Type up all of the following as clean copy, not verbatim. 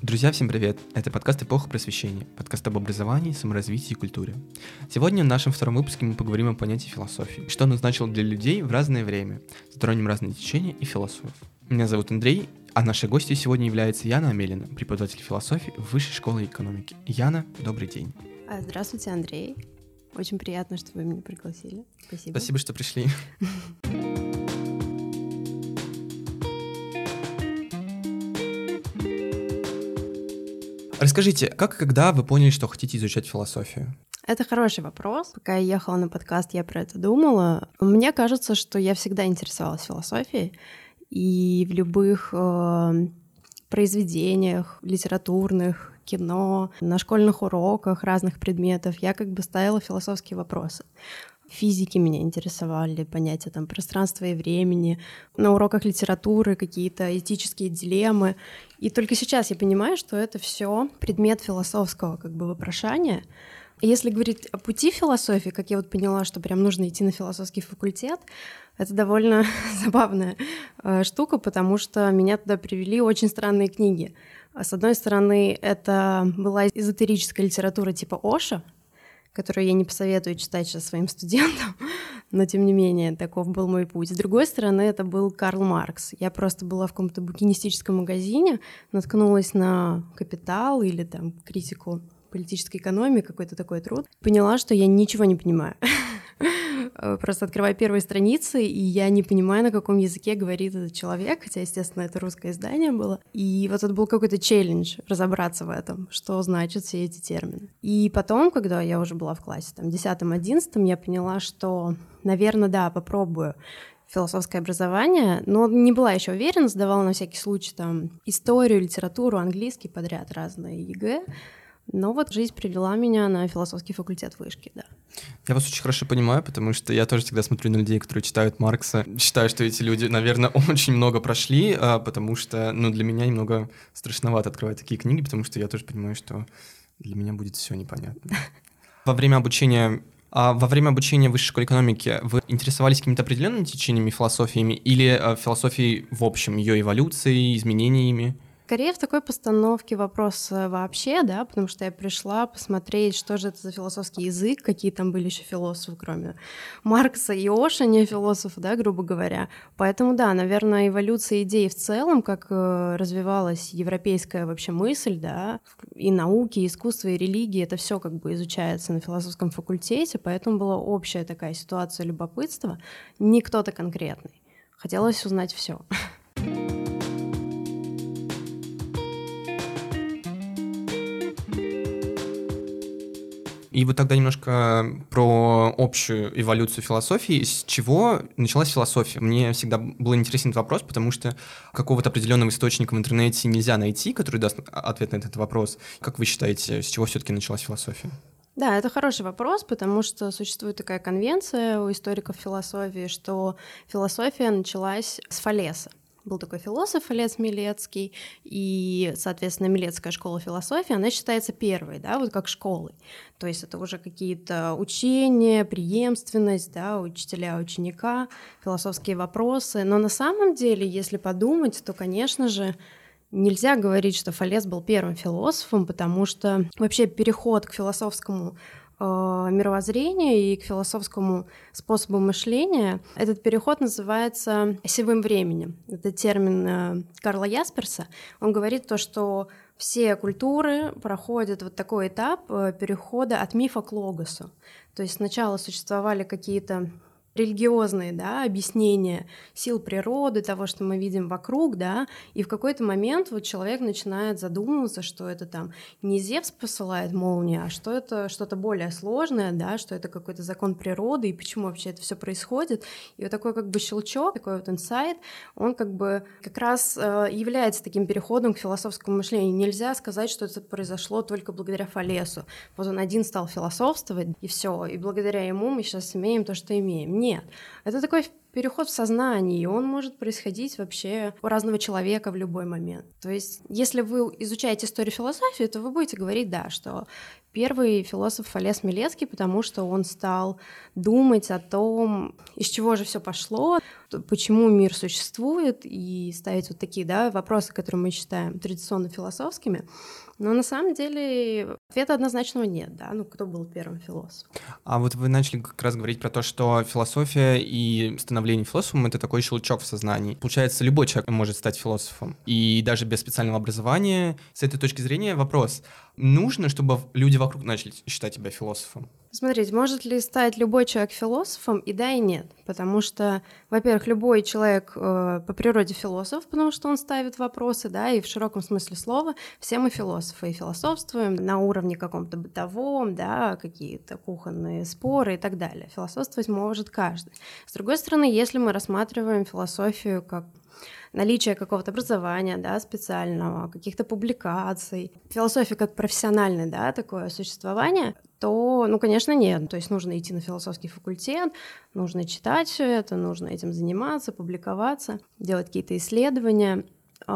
Друзья, всем привет! Это подкаст «Эпоха просвещения», подкаст об образовании, саморазвитии и культуре. Сегодня в нашем втором выпуске мы поговорим о понятии философии, что оно значило для людей в разное время, затронем разные течения и философов. Меня зовут Андрей, а нашей гостьей сегодня является Яна Амелина, преподаватель философии в Высшей школе экономики. Яна, добрый день. Здравствуйте, Андрей. Очень приятно, что вы меня пригласили. Спасибо. Спасибо, что пришли. Расскажите, как и когда вы поняли, что хотите изучать философию? Это хороший вопрос. Пока я ехала на подкаст, я про это думала. Мне кажется, что я всегда интересовалась философией, и в любых произведениях литературных, кино, на школьных уроках разных предметов я как бы ставила философские вопросы. Физики меня интересовали, понятия там пространства и времени, на уроках литературы какие-то этические дилеммы. И только сейчас я понимаю, что это все предмет философского как бы вопрошания. Если говорить о пути философии, как я вот поняла, что прям нужно идти на философский факультет, это довольно забавная штука, потому что меня туда привели очень странные книги. С одной стороны, это была эзотерическая литература типа Оша, которую я не посоветую читать сейчас своим студентам, но тем не менее, таков был мой путь. С другой стороны, это был Карл Маркс. Я просто была в каком-то букинистическом магазине, наткнулась на «Капитал» или там критику политической экономии, какой-то такой труд, поняла, что я ничего не понимаю. Просто открываю первые страницы, и я не понимаю, на каком языке говорит этот человек, хотя, естественно, это русское издание было. И вот это был какой-то челлендж разобраться в этом, что значат все эти термины. И потом, когда я уже была в классе, там, 10-11, я поняла, что, наверное, да, попробую философское образование, но не была еще уверена, сдавала на всякий случай там историю, литературу, английский подряд, разные ЕГЭ. Но вот жизнь привела меня на философский факультет вышки, да. Я вас очень хорошо понимаю, потому что я тоже всегда смотрю на людей, которые читают Маркса. Считаю, что эти люди, наверное, очень много прошли, потому что, для меня немного страшновато открывать такие книги, потому что я тоже понимаю, что для меня будет все непонятно. Во время обучения в Высшей школе экономики вы интересовались какими-то определенными течениями философиями или философией в общем, ее эволюцией, изменениями? Скорее в такой постановке вопрос вообще, да, потому что я пришла посмотреть, что же это за философский язык, какие там были еще философы, кроме Маркса и Оша, не философы, да, грубо говоря. Поэтому, да, наверное, эволюция идей в целом, как развивалась европейская вообще мысль, да, и науки, и искусство, и религия, это все как бы изучается на философском факультете, поэтому была общая такая ситуация любопытства, не кто-то конкретный. Хотелось узнать все. И вот тогда немножко про общую эволюцию философии. С чего началась философия? Мне всегда был интересен этот вопрос, потому что какого-то определенного источника в интернете нельзя найти, который даст ответ на этот вопрос. Как вы считаете, с чего все-таки началась философия? Да, это хороший вопрос, потому что существует такая конвенция у историков философии, что философия началась с Фалеса. Был такой философ Фалес Милецкий, и, соответственно, Милецкая школа философии, она считается первой, да, вот как школой. То есть это уже какие-то учения, преемственность, да, учителя, ученика, философские вопросы. Но на самом деле, если подумать, то, конечно же, нельзя говорить, что Фалес был первым философом, потому что вообще переход к философскому мировоззрению и к философскому способу мышления, этот переход называется осевым временем. Это термин Карла Ясперса. Он говорит то, что все культуры проходят вот такой этап перехода от мифа к логосу. То есть сначала существовали какие-то религиозные, да, объяснения сил природы, того, что мы видим вокруг, да, и в какой-то момент вот человек начинает задумываться, что это там не Зевс посылает молнию, а что это что-то более сложное, да, что это какой-то закон природы, и почему вообще это все происходит. И вот такой как бы щелчок, такой вот инсайт, он как бы как раз является таким переходом к философскому мышлению. Нельзя сказать, что это произошло только благодаря Фалесу. Вот он один стал философствовать, и все, и благодаря ему мы сейчас имеем то, что имеем. Нет, это такой переход в сознание, и он может происходить вообще у разного человека в любой момент. То есть, если вы изучаете историю философии, то вы будете говорить, да, что Первый философ Фалес Милецкий, потому что он стал думать о том, из чего же все пошло, почему мир существует, и ставить вот такие, да, вопросы, которые мы считаем традиционно философскими. Но на самом деле ответа однозначного нет, да, кто был первым философом. А вот вы начали как раз говорить про то, что философия и становление философом — это такой щелчок в сознании. Получается, любой человек может стать философом, и даже без специального образования. С этой точки зрения вопрос: нужно, чтобы люди вокруг начали считать тебя философом? Смотрите, может ли стать любой человек философом? И да, и нет. Потому что, во-первых, любой человек по природе философ, потому что он ставит вопросы, да, и в широком смысле слова все мы философы, и философствуем на уровне каком-то бытовом, да, какие-то кухонные споры и так далее. Философствовать может каждый. С другой стороны, если мы рассматриваем философию как наличие какого-то образования, да, специального, каких-то публикаций, философия как профессиональное, да, такое существование, то, конечно, нет. То есть нужно идти на философский факультет, нужно читать все это, нужно этим заниматься, публиковаться, делать какие-то исследования.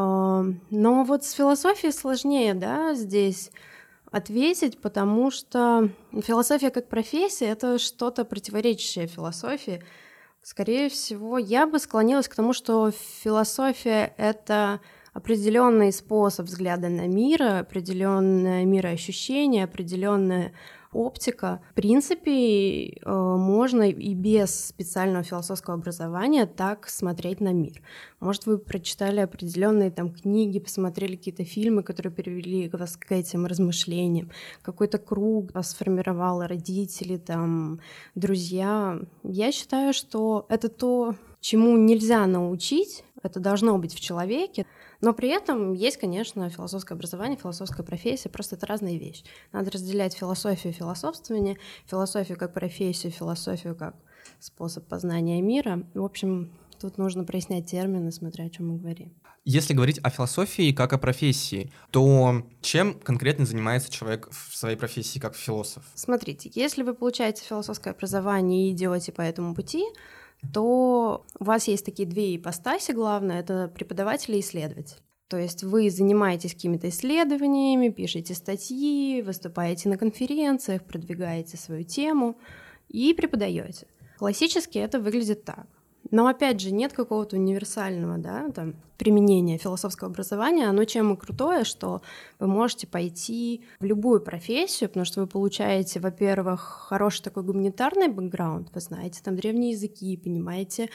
Но вот с философией сложнее, да, здесь ответить, потому что философия как профессия — это что-то противоречащее философии. Скорее всего, я бы склонилась к тому, что философия — это определенный способ взгляда на мир, определенное мироощущение, определенная оптика. В принципе, можно и без специального философского образования так смотреть на мир. Может, вы прочитали определенные там книги, посмотрели какие-то фильмы, которые привели вас к этим размышлениям. Какой-то круг вас сформировал, родители, там, друзья. Я считаю, что это то, чему нельзя научить, это должно быть в человеке. Но при этом есть, конечно, философское образование, философская профессия, просто это разные вещи. Надо разделять философию и философствование, философию как профессию, философию как способ познания мира. В общем, тут нужно прояснять термины, смотря о чем мы говорим. Если говорить о философии как о профессии, то чем конкретно занимается человек в своей профессии как философ? Смотрите, если вы получаете философское образование и идете по этому пути, то у вас есть такие две ипостаси, главное, это преподаватель и исследователь. То есть вы занимаетесь какими-то исследованиями, пишете статьи, выступаете на конференциях, продвигаете свою тему и преподаете. Классически это выглядит так. Но опять же, нет какого-то универсального, да, там, применения философского образования. Оно чем и крутое, что вы можете пойти в любую профессию, потому что вы получаете, во-первых, хороший такой гуманитарный бэкграунд, вы знаете там древние языки, понимаете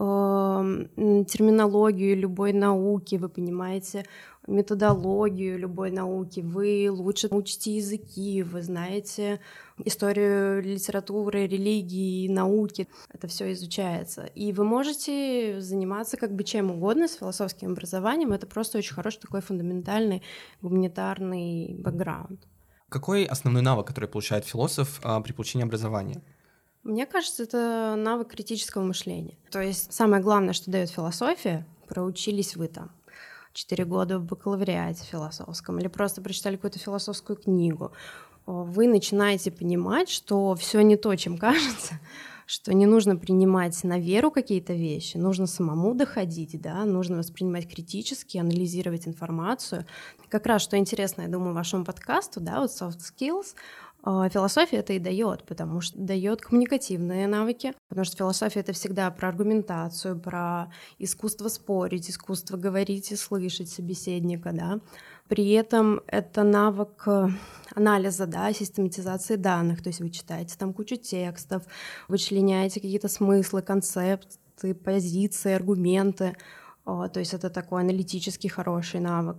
терминологию любой науки, вы понимаете методологию любой науки, вы лучше учите языки, вы знаете историю литературы, религии, науки. Это все изучается. И вы можете заниматься как бы чем угодно с философским образованием. Это просто очень хороший такой фундаментальный гуманитарный бэкграунд. Какой основной навык, который получает философ при получении образования? Мне кажется, это навык критического мышления. То есть самое главное, что дает философия, проучились вы там 4 года в бакалавриате философском или просто прочитали какую-то философскую книгу, вы начинаете понимать, что все не то, чем кажется, что не нужно принимать на веру какие-то вещи, нужно самому доходить, да, нужно воспринимать критически, анализировать информацию. Как раз, что интересно, я думаю, вашему подкасту, да, вот soft skills, философия это и дает, потому что дает коммуникативные навыки, потому что философия это всегда про аргументацию, про искусство спорить, искусство говорить и слышать собеседника, да. При этом это навык анализа, да, систематизации данных, то есть вы читаете там кучу текстов, вычленяете какие-то смыслы, концепты, позиции, аргументы, то есть это такой аналитический хороший навык.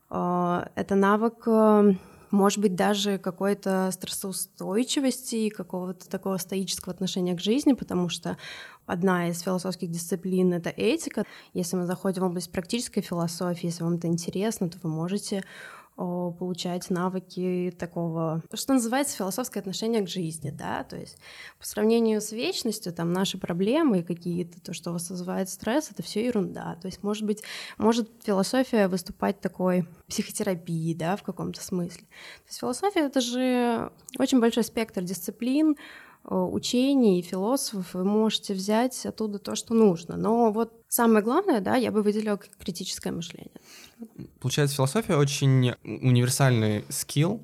Это навык, может быть, даже какой-то стрессоустойчивости и какого-то такого стоического отношения к жизни, потому что одна из философских дисциплин — это этика. Если мы заходим в область практической философии, если вам это интересно, то вы можете получать навыки такого, что называется, философское отношение к жизни, да, то есть по сравнению с вечностью, там, наши проблемы и какие-то, то, что вас вызывает стресс, это все ерунда, то есть, может философия выступать такой психотерапией, да, в каком-то смысле. То есть философия — это же очень большой спектр дисциплин, учений, философов, вы можете взять оттуда то, что нужно. Но вот самое главное, да, я бы выделила критическое мышление. Получается, философия очень универсальный скилл.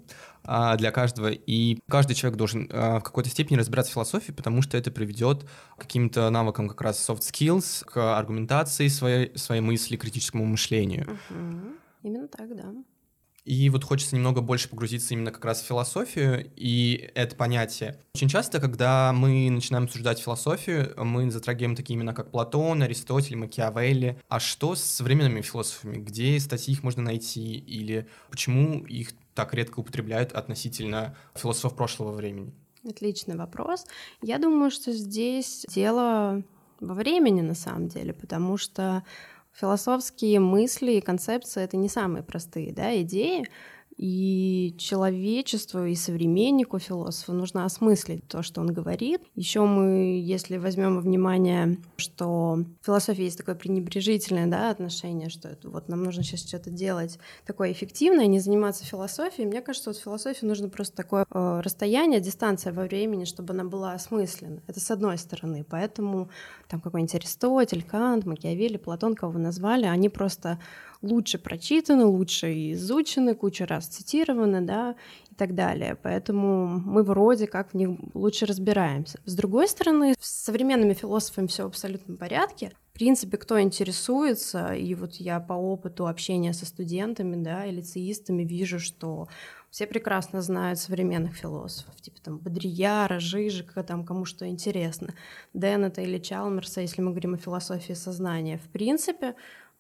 для каждого, и каждый человек должен в какой-то степени разбираться в философии, потому что это приведет к каким-то навыкам как раз soft skills, к аргументации своей мысли, критическому мышлению. Именно так, да. И вот хочется немного больше погрузиться именно как раз в философию и это понятие. Очень часто, когда мы начинаем обсуждать философию, мы затрагиваем такие имена, как Платон, Аристотель, Макиавелли. А что с современными философами? Где статьи их можно найти? Или почему их так редко употребляют относительно философов прошлого времени? Отличный вопрос. Я думаю, что здесь дело во времени на самом деле, потому что философские мысли и концепции — это не самые простые, да, идеи, и человечеству, и современнику философа нужно осмыслить то, что он говорит. Еще мы, если возьмем во внимание, что в философии есть такое пренебрежительное, да, отношение, что это вот нам нужно сейчас что-то делать такое эффективное, не заниматься философией, мне кажется, вот в философии нужно просто такое расстояние, дистанция во времени, чтобы она была осмысленна. Это с одной стороны. Поэтому там какой-нибудь Аристотель, Кант, Макиавелли, Платон, кого вы назвали, они просто лучше прочитаны, лучше изучены, кучу раз цитированы, да, и так далее. Поэтому мы вроде как в них лучше разбираемся. С другой стороны, с современными философами все в абсолютном порядке. В принципе, кто интересуется, и вот я по опыту общения со студентами, да, и лицеистами вижу, что все прекрасно знают современных философов, типа там Бодрияра, Жижика, там кому что интересно, Деннета или Чалмерса, если мы говорим о философии сознания. В принципе,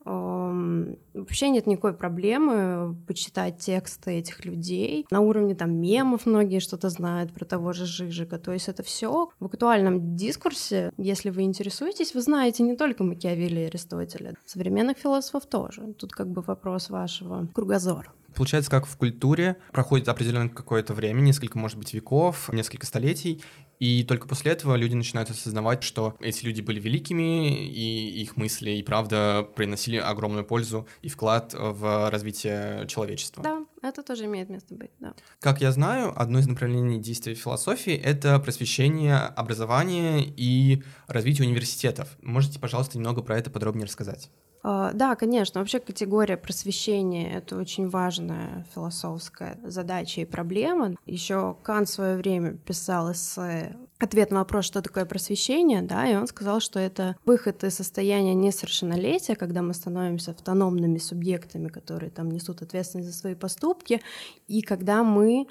вообще нет никакой проблемы почитать тексты этих людей. На уровне там мемов многие что-то знают про того же Жижика. То есть это все в актуальном дискурсе. Если вы интересуетесь, вы знаете не только Макиавелли и Аристотеля, современных философов тоже. Тут как бы вопрос вашего кругозора. Получается, как в культуре проходит определенное какое-то время, несколько, может быть, веков, несколько столетий, и только после этого люди начинают осознавать, что эти люди были великими, и их мысли и правда приносили огромную пользу и вклад в развитие человечества. Да, это тоже имеет место быть, да. Как я знаю, одно из направлений действия философии — это просвещение, образование и развитие университетов. Можете, пожалуйста, немного про это подробнее рассказать? Да, конечно. Вообще категория просвещения — это очень важная философская задача и проблема. Еще Кант в свое время писал эссе «Ответ на вопрос, что такое просвещение», да, и он сказал, что это выход из состояния несовершеннолетия, когда мы становимся автономными субъектами, которые там несут ответственность за свои поступки, и когда мы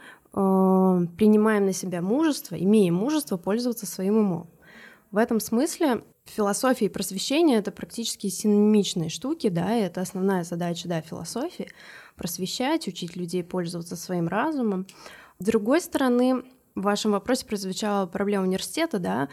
принимаем на себя мужество, имеем мужество пользоваться своим умом. В этом смысле философия и просвещение — это практически синонимичные штуки, да, и это основная задача, да, философии — просвещать, учить людей пользоваться своим разумом. С другой стороны, в вашем вопросе прозвучала проблема университета, да,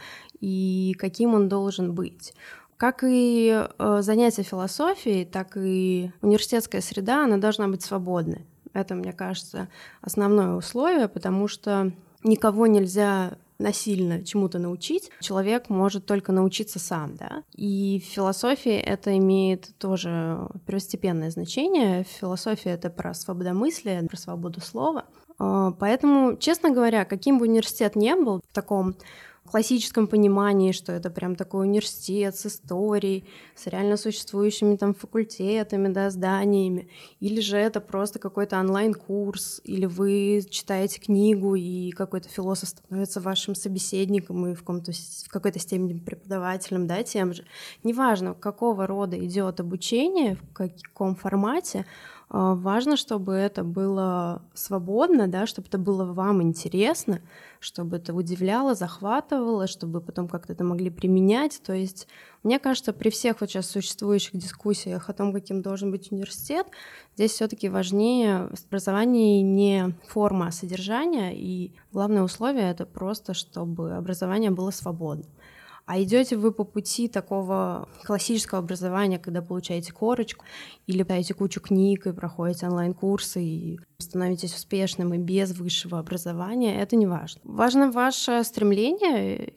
и каким он должен быть. Как и занятия философией, так и университетская среда, она должна быть свободной. Это, мне кажется, основное условие, потому что никого нельзя насильно чему-то научить, человек может только научиться сам, да. И в философии это имеет тоже первостепенное значение. Философия — это про свободомыслие, про свободу слова. Поэтому, честно говоря, каким бы университет ни был, в таком классическом понимании, что это прям такой университет с историей, с реально существующими там факультетами, да, зданиями, или же это просто какой-то онлайн-курс, или вы читаете книгу, и какой-то философ становится вашим собеседником и в какой-то степени преподавателем, да, тем же. Неважно, какого рода идет обучение, в каком формате, важно, чтобы это было свободно, да, чтобы это было вам интересно, чтобы это удивляло, захватывало, чтобы потом как-то это могли применять. То есть, мне кажется, при всех вот сейчас существующих дискуссиях о том, каким должен быть университет, здесь все-таки важнее образование не форма, а содержание, и главное условие — это просто, чтобы образование было свободным. А идете вы по пути такого классического образования, когда получаете корочку, или читаете кучу книг и проходите онлайн-курсы, и становитесь успешным и без высшего образования, это не важно. Важно ваше стремление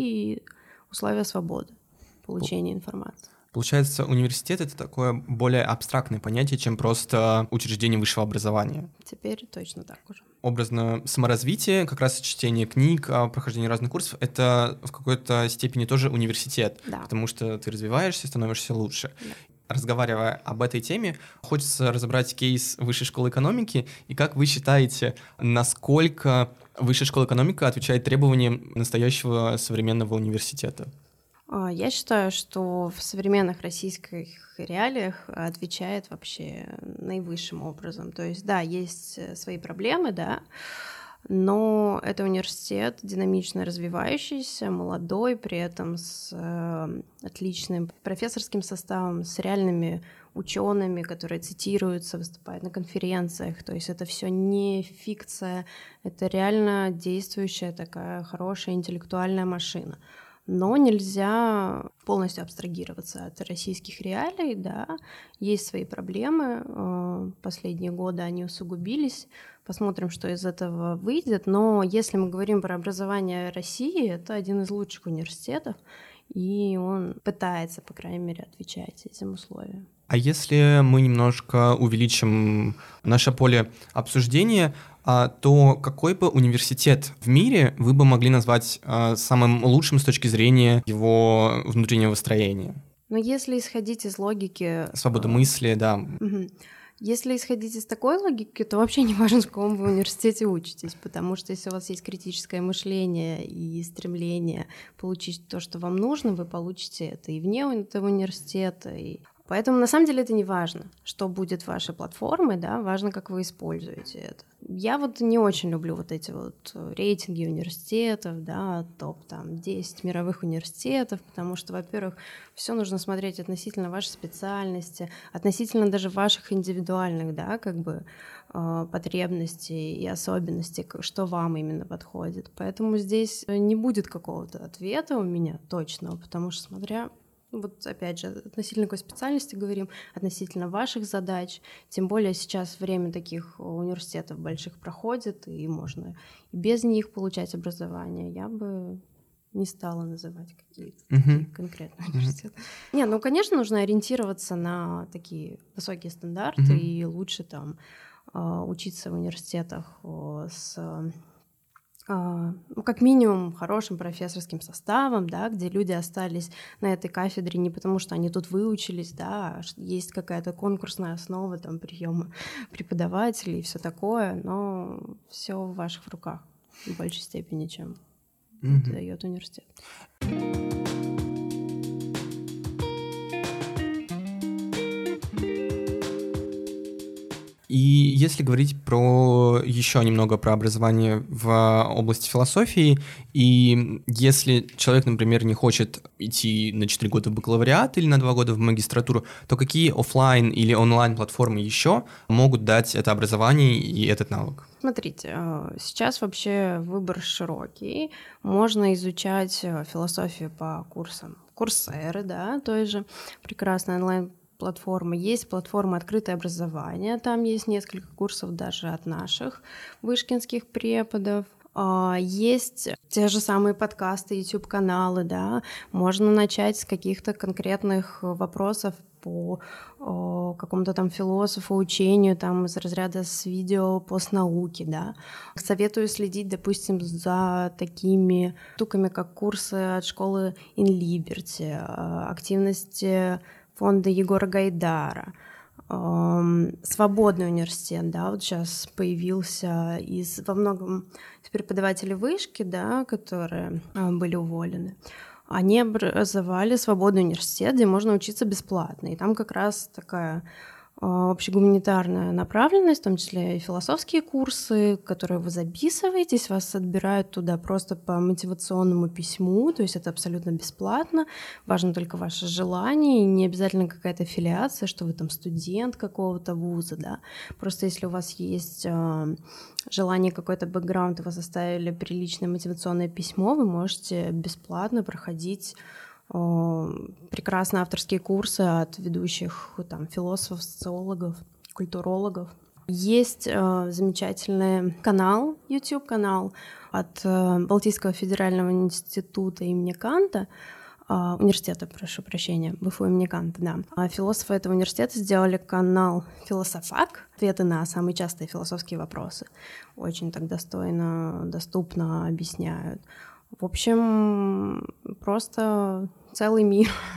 и условия свободы получения информации. Получается, университет — это такое более абстрактное понятие, чем просто учреждение высшего образования. Теперь точно так уже. Образно саморазвитие, как раз чтение книг, прохождение разных курсов — это в какой-то степени тоже университет, да. Потому что ты развиваешься, становишься лучше. Да. разговаривая об этой теме, хочется разобрать кейс Высшей школы экономики. И как вы считаете, насколько Высшая школа экономики отвечает требованиям настоящего современного университета? Я считаю, что в современных российских реалиях отвечает вообще наивысшим образом. То есть, да, есть свои проблемы, да, но это университет динамично развивающийся, молодой, при этом с отличным профессорским составом, с реальными учеными, которые цитируются, выступают на конференциях. То есть это все не фикция, это реально действующая такая хорошая интеллектуальная машина. Но нельзя полностью абстрагироваться от российских реалий, да, есть свои проблемы, последние годы они усугубились, посмотрим, что из этого выйдет, но если мы говорим про образование России, это один из лучших университетов, и он пытается, по крайней мере, отвечать этим условиям. А если мы немножко увеличим наше поле обсуждения, то какой бы университет в мире вы бы могли назвать самым лучшим с точки зрения его внутреннего строения? Но если исходить из логики... Свобода мысли, да. Если исходить из такой логики, то вообще не важно, в каком вы университете учитесь, потому что если у вас есть критическое мышление и стремление получить то, что вам нужно, вы получите это и вне этого университета, и... Поэтому на самом деле это не важно, что будет вашей платформой, да, важно, как вы используете это. Я вот не очень люблю вот эти вот рейтинги университетов, да, топ-10 мировых университетов, потому что, во-первых, все нужно смотреть относительно вашей специальности, относительно даже ваших индивидуальных, да, как бы потребностей и особенностей, что вам именно подходит. Поэтому здесь не будет какого-то ответа у меня точного, потому что смотря... Вот опять же, относительно какой специальности говорим, относительно ваших задач, тем более сейчас время таких университетов больших проходит, и можно и без них получать образование. Я бы не стала называть какие-то такие конкретные университеты. Не, ну, конечно, нужно ориентироваться на такие высокие стандарты, и лучше там учиться в университетах с... как минимум хорошим профессорским составом, да, где люди остались на этой кафедре не потому, что они тут выучились, да, а есть какая-то конкурсная основа там приема преподавателей и все такое, но все в ваших руках в большей степени, чем дает университет. И если говорить еще немного про образование в области философии, и если человек, например, не хочет идти на 4 года в бакалавриат или на 2 года в магистратуру, то какие офлайн или онлайн платформы еще могут дать это образование и этот навык? Смотрите, сейчас вообще выбор широкий. Можно изучать философию по курсам Coursera, да, той же прекрасной онлайн-платформы. Есть платформа «Открытое образование», там есть несколько курсов даже от наших вышкинских преподов. Есть те же самые подкасты, YouTube-каналы, да, можно начать с каких-то конкретных вопросов по какому-то там философу, учению, там из разряда с видео постнауки, да. Советую следить, допустим, за такими штуками, как курсы от школы In Liberty, активности фонда Егора Гайдара, Свободный университет, да, вот сейчас появился во многом преподаватели вышки, да, которые были уволены. Они образовали свободный университет, где можно учиться бесплатно. И там как раз такая общегуманитарная направленность, в том числе и философские курсы, которые вы записываетесь, вас отбирают туда просто по мотивационному письму, то есть это абсолютно бесплатно, важно только ваше желание, и не обязательно какая-то аффилиация, что вы там студент какого-то вуза, да. Просто если у вас есть желание, какой-то бэкграунд, и вас оставили приличное мотивационное письмо, вы можете бесплатно проходить прекрасные авторские курсы от ведущих там, философов, социологов, культурологов. Есть замечательный канал, YouTube-канал от Балтийского федерального института имени Канта, университета, прошу прощения, БФУ имени Канта, да. Философы этого университета сделали канал «Философак», ответы на самые частые философские вопросы. Очень так доступно объясняют. В общем, просто целый мир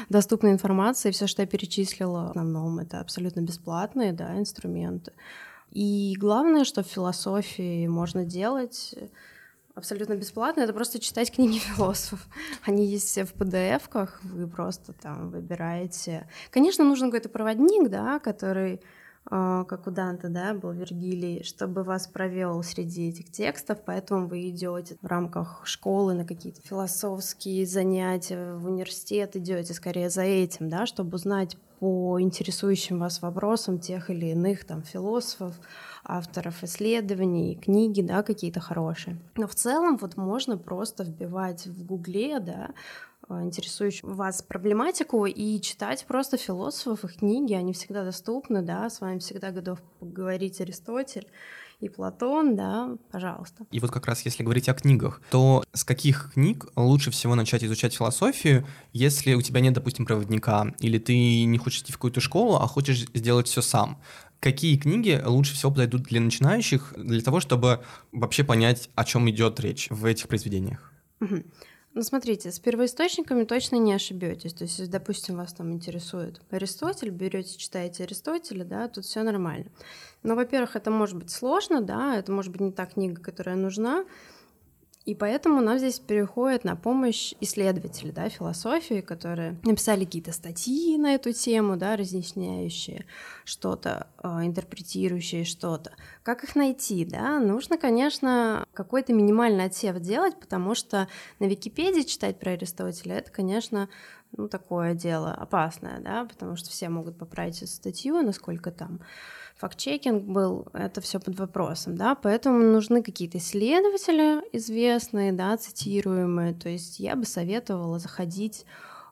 доступной информации. Все, что я перечислила, в основном это абсолютно бесплатные, да, инструменты. И главное, что в философии можно делать абсолютно бесплатно, это просто читать книги философов. Они есть все в PDF-ках, вы просто там выбираете. Конечно, нужен какой-то проводник, да, который, как у Данте, да, был Вергилий, чтобы вас провел среди этих текстов, поэтому вы идете в рамках школы на какие-то философские занятия, в университет идете скорее за этим, да, чтобы узнать по интересующим вас вопросам тех или иных там философов, авторов исследований, книги, да, какие-то хорошие. Но в целом вот можно просто вбивать в Гугле, да, интересующую вас проблематику и читать просто философов, их книги, они всегда доступны, да, с вами всегда готов поговорить Аристотель и Платон, да, пожалуйста. И вот как раз если говорить о книгах, то с каких книг лучше всего начать изучать философию, если у тебя нет, допустим, проводника, или ты не хочешь идти в какую-то школу, а хочешь сделать все сам? Какие книги лучше всего подойдут для начинающих, для того, чтобы вообще понять, о чем идет речь в этих произведениях? Ну, смотрите, с первоисточниками точно не ошибетесь. То есть, если, допустим, вас там интересует Аристотель, берете, читаете Аристотеля, да, тут все нормально. Но, во-первых, это может быть сложно, да, это может быть не та книга, которая нужна, и поэтому нам здесь переходят на помощь исследователи, да, философии, которые написали какие-то статьи на эту тему, да, разъясняющие что-то, интерпретирующие что-то. Как их найти, да? Нужно, конечно, какой-то минимальный отсев делать, потому что на Википедии читать про Аристотеля — это, конечно, ну, такое дело опасное, да, потому что все могут поправить эту статью, насколько там факт-чекинг был, это все под вопросом, да, поэтому нужны какие-то исследователи известные, да, цитируемые, то есть я бы советовала заходить,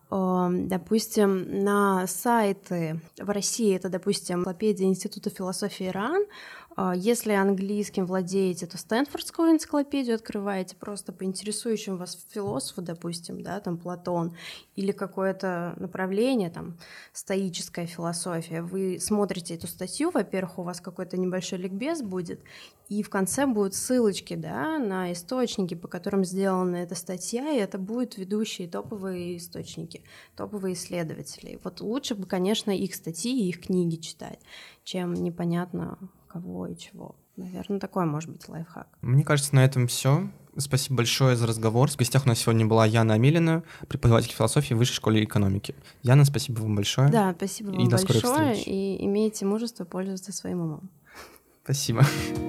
допустим, на сайты в России, это, допустим, энциклопедия Института философии РАН. Если английским владеете, то Стэнфордскую энциклопедию открываете просто по интересующему вас философу, допустим, да, там Платон, или какое-то направление, там, стоическая философия. Вы смотрите эту статью, во-первых, у вас какой-то небольшой ликбез будет, и в конце будут ссылочки, да, на источники, по которым сделана эта статья, и это будут ведущие топовые источники, топовые исследователи. Вот лучше бы, конечно, их статьи и их книги читать, чем непонятно кого и чего. Наверное, такой может быть лайфхак. Мне кажется, на этом все. Спасибо большое за разговор. В гостях у нас сегодня была Яна Амелина, преподаватель философии в Высшей школе экономики. Яна, спасибо вам большое. Да, спасибо вам большое. И имейте мужество пользоваться своим умом. Спасибо.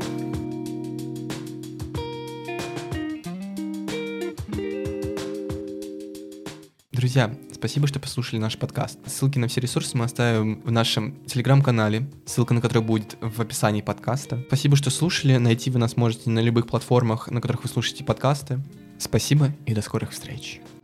Друзья, спасибо, что послушали наш подкаст. Ссылки на все ресурсы мы оставим в нашем телеграм-канале, ссылка на который будет в описании подкаста. Спасибо, что слушали. Найти вы нас можете на любых платформах, на которых вы слушаете подкасты. Спасибо и до скорых встреч.